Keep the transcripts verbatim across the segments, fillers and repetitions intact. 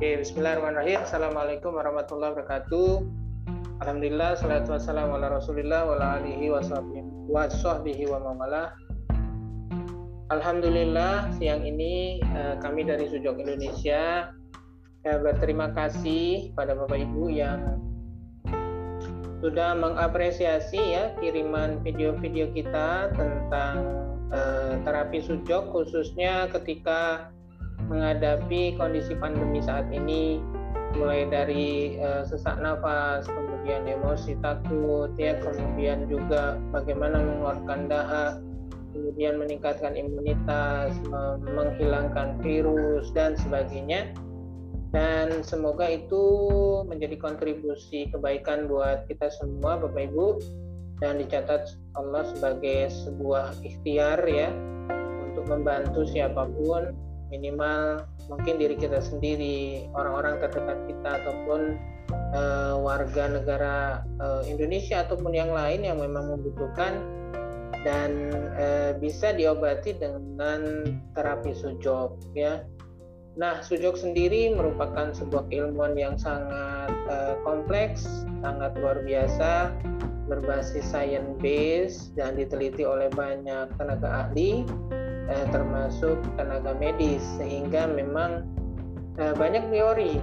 Oke, bismillahirrahmanirrahim. Assalamualaikum warahmatullahi wabarakatuh. Alhamdulillah, salatu wassalamu ala rasulillah wa ala alihi wa sahbihi wa mawalah. Alhamdulillah, siang ini eh, kami dari Sujok Indonesia eh, berterima kasih pada Bapak Ibu yang sudah mengapresiasi ya kiriman video-video kita tentang eh, terapi Sujok, khususnya ketika menghadapi kondisi pandemi saat ini, mulai dari uh, sesak nafas, kemudian emosi takut, ya, kemudian juga bagaimana mengeluarkan dahak, kemudian meningkatkan imunitas, menghilangkan virus dan sebagainya. Dan semoga itu menjadi kontribusi kebaikan buat kita semua, Bapak Ibu, dan dicatat Allah sebagai sebuah ikhtiar ya untuk membantu siapapun, minimal mungkin diri kita sendiri, orang-orang terdekat kita, ataupun uh, warga negara uh, Indonesia ataupun yang lain yang memang membutuhkan dan uh, bisa diobati dengan terapi Sujok ya. Nah, Sujok sendiri merupakan sebuah keilmuan yang sangat uh, kompleks, sangat luar biasa, berbasis science base dan diteliti oleh banyak tenaga ahli, Eh, termasuk tenaga medis, sehingga memang eh, banyak teori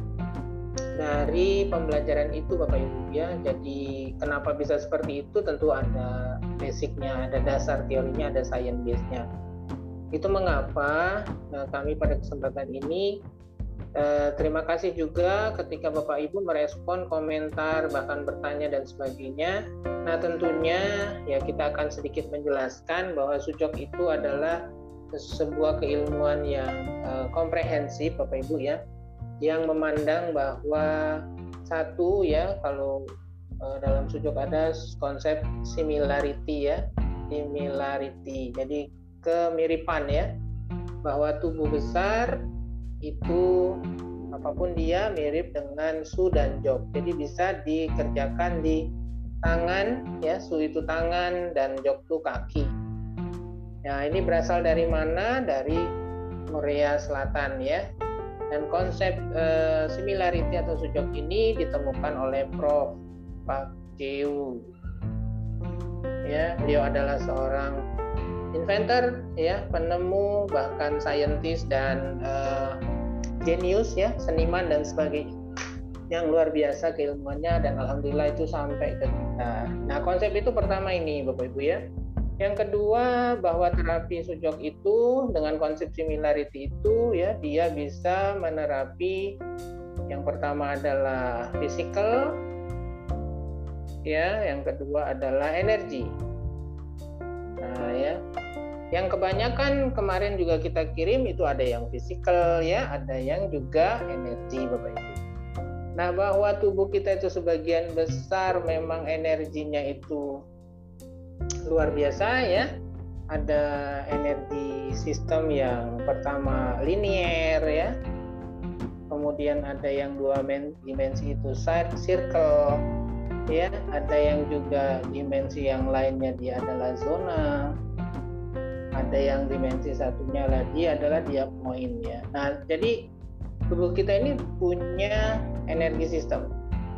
dari pembelajaran itu Bapak Ibu ya. Jadi kenapa bisa seperti itu, tentu ada basicnya, ada dasar teorinya, ada science base-nya. Itu mengapa nah, kami pada kesempatan ini eh, terima kasih juga ketika Bapak Ibu merespon komentar, bahkan bertanya dan sebagainya. Nah, tentunya ya kita akan sedikit menjelaskan bahwa Sujok itu adalah sebuah keilmuan yang uh, komprehensif Bapak Ibu ya, yang memandang bahwa satu ya, kalau uh, dalam Sujok ada konsep similarity ya, similarity. Jadi kemiripan ya, bahwa tubuh besar itu apapun dia mirip dengan Su dan Jok. Jadi bisa dikerjakan di tangan ya, Su itu tangan dan Jok itu kaki. Nah, ini berasal dari mana? Dari Korea Selatan ya. Dan konsep eh, similarity atau Sujok ini ditemukan oleh Profesor Pak Jeu. Ya, beliau adalah seorang inventor ya, penemu, bahkan scientist dan eh, genius ya, seniman dan sebagainya, yang luar biasa keilmuannya, dan alhamdulillah itu sampai ke kita. Nah, konsep itu pertama ini Bapak Ibu ya. Yang kedua, bahwa terapi Sujok itu dengan konsep similarity itu ya, dia bisa menerapi yang pertama adalah physical ya, yang kedua adalah energi. Nah ya, yang kebanyakan kemarin juga kita kirim itu ada yang physical ya, ada yang juga energi Bapak Ibu. Nah, bahwa tubuh kita itu sebagian besar memang energinya itu luar biasa ya. Ada energi sistem yang pertama linear ya. Kemudian ada yang dua dimensi itu circle ya, ada yang juga dimensi yang lainnya dia adalah zona. Ada yang dimensi satunya lagi adalah dia point ya. Nah, jadi tubuh kita ini punya energi sistem.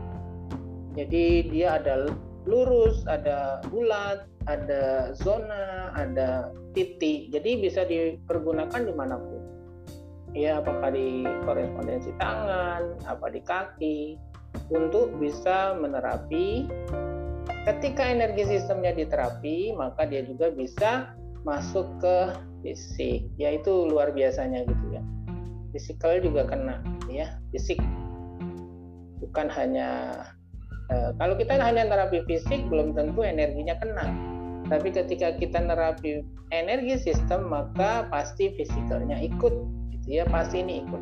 Jadi dia ada lurus, ada bulat, ada zona, ada titik. Jadi bisa dipergunakan dimanapun. Ya, apakah di korespondensi tangan, apa di kaki, untuk bisa menerapi. Ketika energi sistemnya diterapi, maka dia juga bisa masuk ke fisik, yaitu luar biasanya gitu ya. Fisikal juga kena ya, fisik. Bukan hanya eh, kalau kita hanya terapi fisik belum tentu energinya kena. Tapi ketika kita nerapi energi sistem, maka pasti fisikalnya ikut gitu ya, pasti ini ikut.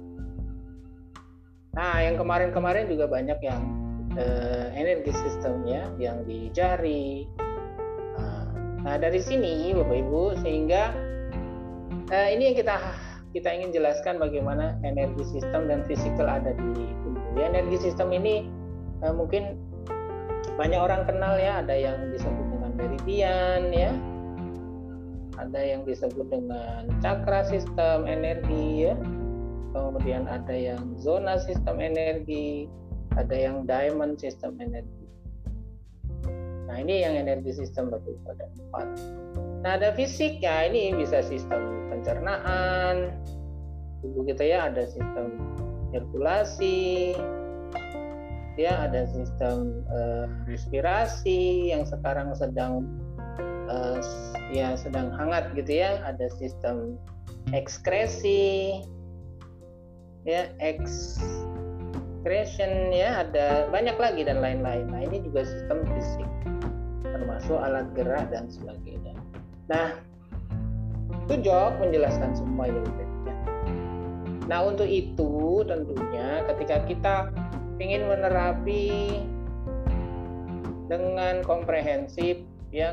Nah, yang kemarin-kemarin juga banyak yang eh, energi sistemnya yang di jari. Nah, dari sini Bapak Ibu, sehingga eh, ini yang kita kita ingin jelaskan bagaimana energi sistem dan fisikal ada di tubuh. Ya, energi sistem ini eh, mungkin banyak orang kenal ya, ada yang disebut dengan meridian ya, ada yang disebut dengan cakra sistem energi ya, kemudian ada yang zona sistem energi, ada yang diamond sistem energi. Nah, ini yang energi sistem Bapak Ibu ada empat. Nah, ada fisik ya, ini bisa sistem pencernaan tubuh kita ya, ada sistem sirkulasi, ya ada sistem uh, respirasi yang sekarang sedang uh, ya sedang hangat gitu ya, ada sistem ekskresi, ya excretion ya, ada banyak lagi dan lain-lain. Nah, ini juga sistem fisik termasuk alat gerak dan sebagainya. Nah, Sujok menjelaskan semua ini. Nah, untuk itu tentunya ketika kita ingin menerapi dengan komprehensif ya,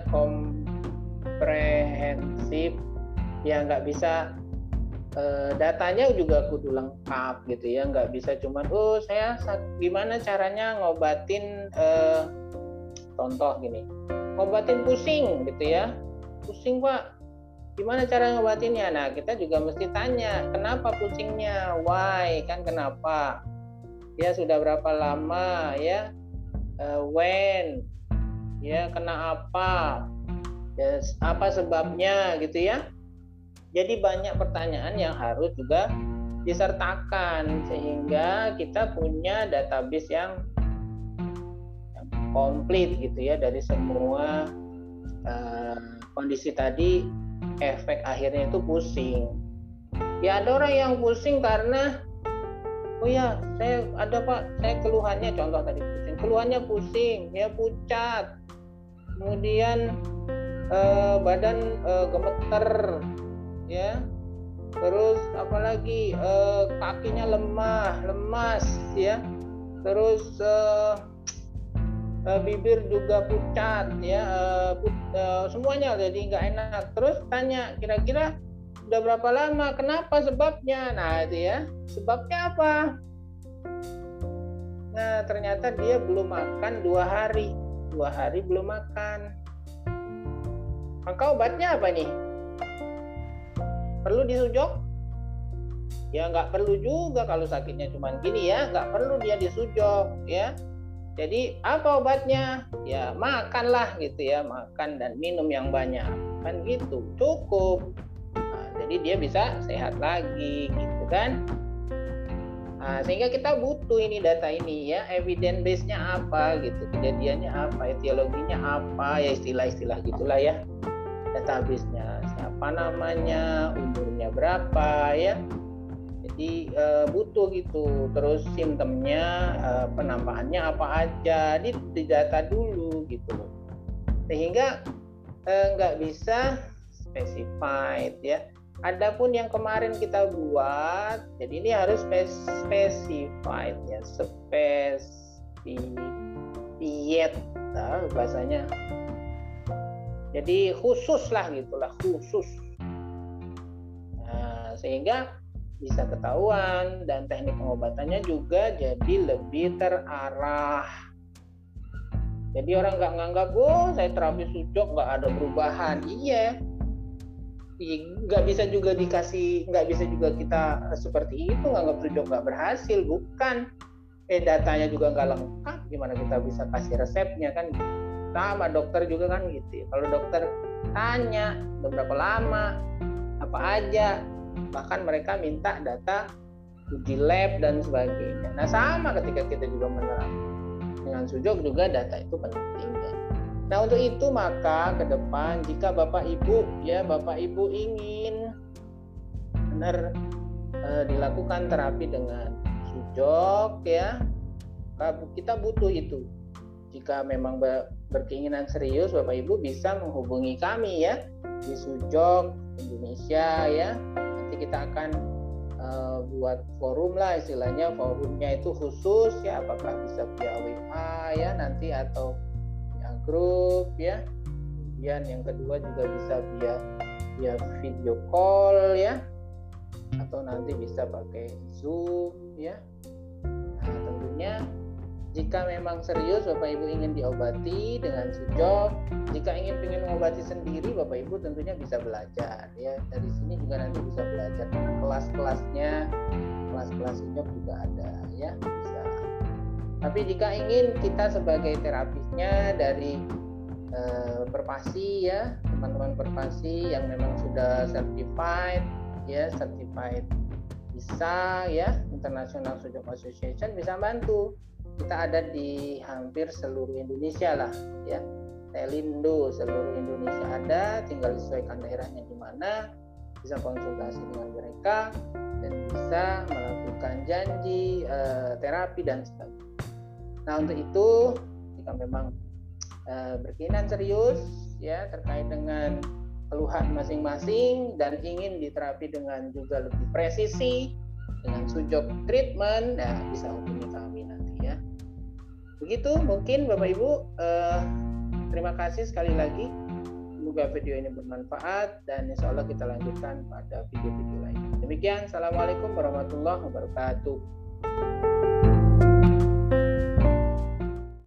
komprehensif ya, nggak bisa eh, datanya juga kudu lengkap gitu ya, nggak bisa cuman oh saya gimana caranya ngobatin eh, contoh gini, ngobatin pusing gitu ya, pusing Pak, gimana cara ngobatinnya? Nah, kita juga mesti tanya, kenapa pusingnya? Why? Kan kenapa? Ya, sudah berapa lama? Ya, uh, when? Ya, kena apa? Ya, apa sebabnya? Gitu ya. Jadi banyak pertanyaan yang harus juga disertakan sehingga kita punya database yang, yang komplit gitu ya dari semua uh, kondisi tadi. Efek akhirnya itu pusing. Ya, ada orang yang pusing karena oh ya, saya ada Pak, saya keluhannya contoh tadi pusing, keluhannya pusing, ya pucat, kemudian eh, badan eh, gemeter, ya, terus apalagi eh, kakinya lemah, lemas, ya, terus eh, Uh, bibir juga pucat ya, uh, put, uh, semuanya jadi nggak enak. Terus tanya kira-kira udah berapa lama, kenapa sebabnya? Nah itu ya, sebabnya apa? Nah ternyata dia belum makan dua hari, dua hari belum makan. Maka obatnya apa nih? Perlu disujok? Ya nggak perlu juga kalau sakitnya cuma gini ya, nggak perlu dia disujok ya. Jadi apa obatnya? Ya makanlah gitu ya, makan dan minum yang banyak, kan gitu, cukup. Nah, jadi dia bisa sehat lagi gitu kan. Nah, sehingga kita butuh ini data ini ya, evidence base-nya apa gitu, kejadiannya apa, etiologinya apa, ya istilah-istilah gitulah ya, database-nya siapa namanya, umurnya berapa ya. Jadi uh, butuh gitu, terus simptomnya, uh, penampakannya apa aja, di, di data dulu gitu, sehingga nggak uh, bisa specified ya. Adapun yang kemarin kita buat, jadi ini harus specified ya, specified nah, bahasanya. Jadi khusus lah gitulah, khusus. Nah, sehingga bisa ketahuan dan teknik pengobatannya juga jadi lebih terarah. Jadi orang nggak nganggap, oh saya terapi sujok nggak ada perubahan. Iya, nggak bisa juga dikasih, nggak bisa juga kita seperti itu nganggap sujok nggak berhasil, bukan. Eh datanya juga nggak lengkap, gimana kita bisa kasih resepnya kan? Sama dokter juga kan gitu. Kalau dokter tanya beberapa lama, apa aja. Bahkan mereka minta data uji lab dan sebagainya. Nah sama ketika kita juga menerapkan dengan sujok juga data itu penting ya. Nah untuk itu maka ke depan jika Bapak Ibu ya Bapak Ibu ingin benar eh, dilakukan terapi dengan sujok ya, kita butuh itu. Jika memang berkeinginan serius, Bapak Ibu bisa menghubungi kami ya di Sujok Indonesia ya. Nanti kita akan uh, buat forum lah istilahnya, forumnya itu khusus ya, apakah bisa via W A ya nanti atau via grup ya. Kemudian yang kedua juga bisa via via video call ya, atau nanti bisa pakai Zoom ya. Nah tentunya Jika memang serius Bapak Ibu ingin diobati dengan sujok, jika ingin ingin mengobati sendiri, Bapak Ibu tentunya bisa belajar ya. Dari sini juga nanti bisa belajar karena kelas-kelasnya, kelas-kelas sujok juga ada ya, bisa. Tapi jika ingin kita sebagai terapisnya dari eh, Perpasi ya, teman-teman Perpasi yang memang sudah certified ya, certified bisa ya, International Sujok Association bisa bantu. Kita ada di hampir seluruh Indonesia lah ya, Telindo seluruh Indonesia ada, tinggal disesuaikan daerahnya di mana, bisa konsultasi dengan mereka dan bisa melakukan janji eh, terapi dan sebagainya. Nah untuk itu jika memang eh, berkeinginan serius ya terkait dengan keluhan masing-masing dan ingin diterapi dengan juga lebih presisi dengan sujok treatment, nah bisa hubungi kami nanti ya. Begitu mungkin Bapak Ibu, eh, terima kasih sekali lagi. Semoga video ini bermanfaat dan insya Allah kita lanjutkan pada video-video lain. Demikian, Assalamualaikum warahmatullahi wabarakatuh.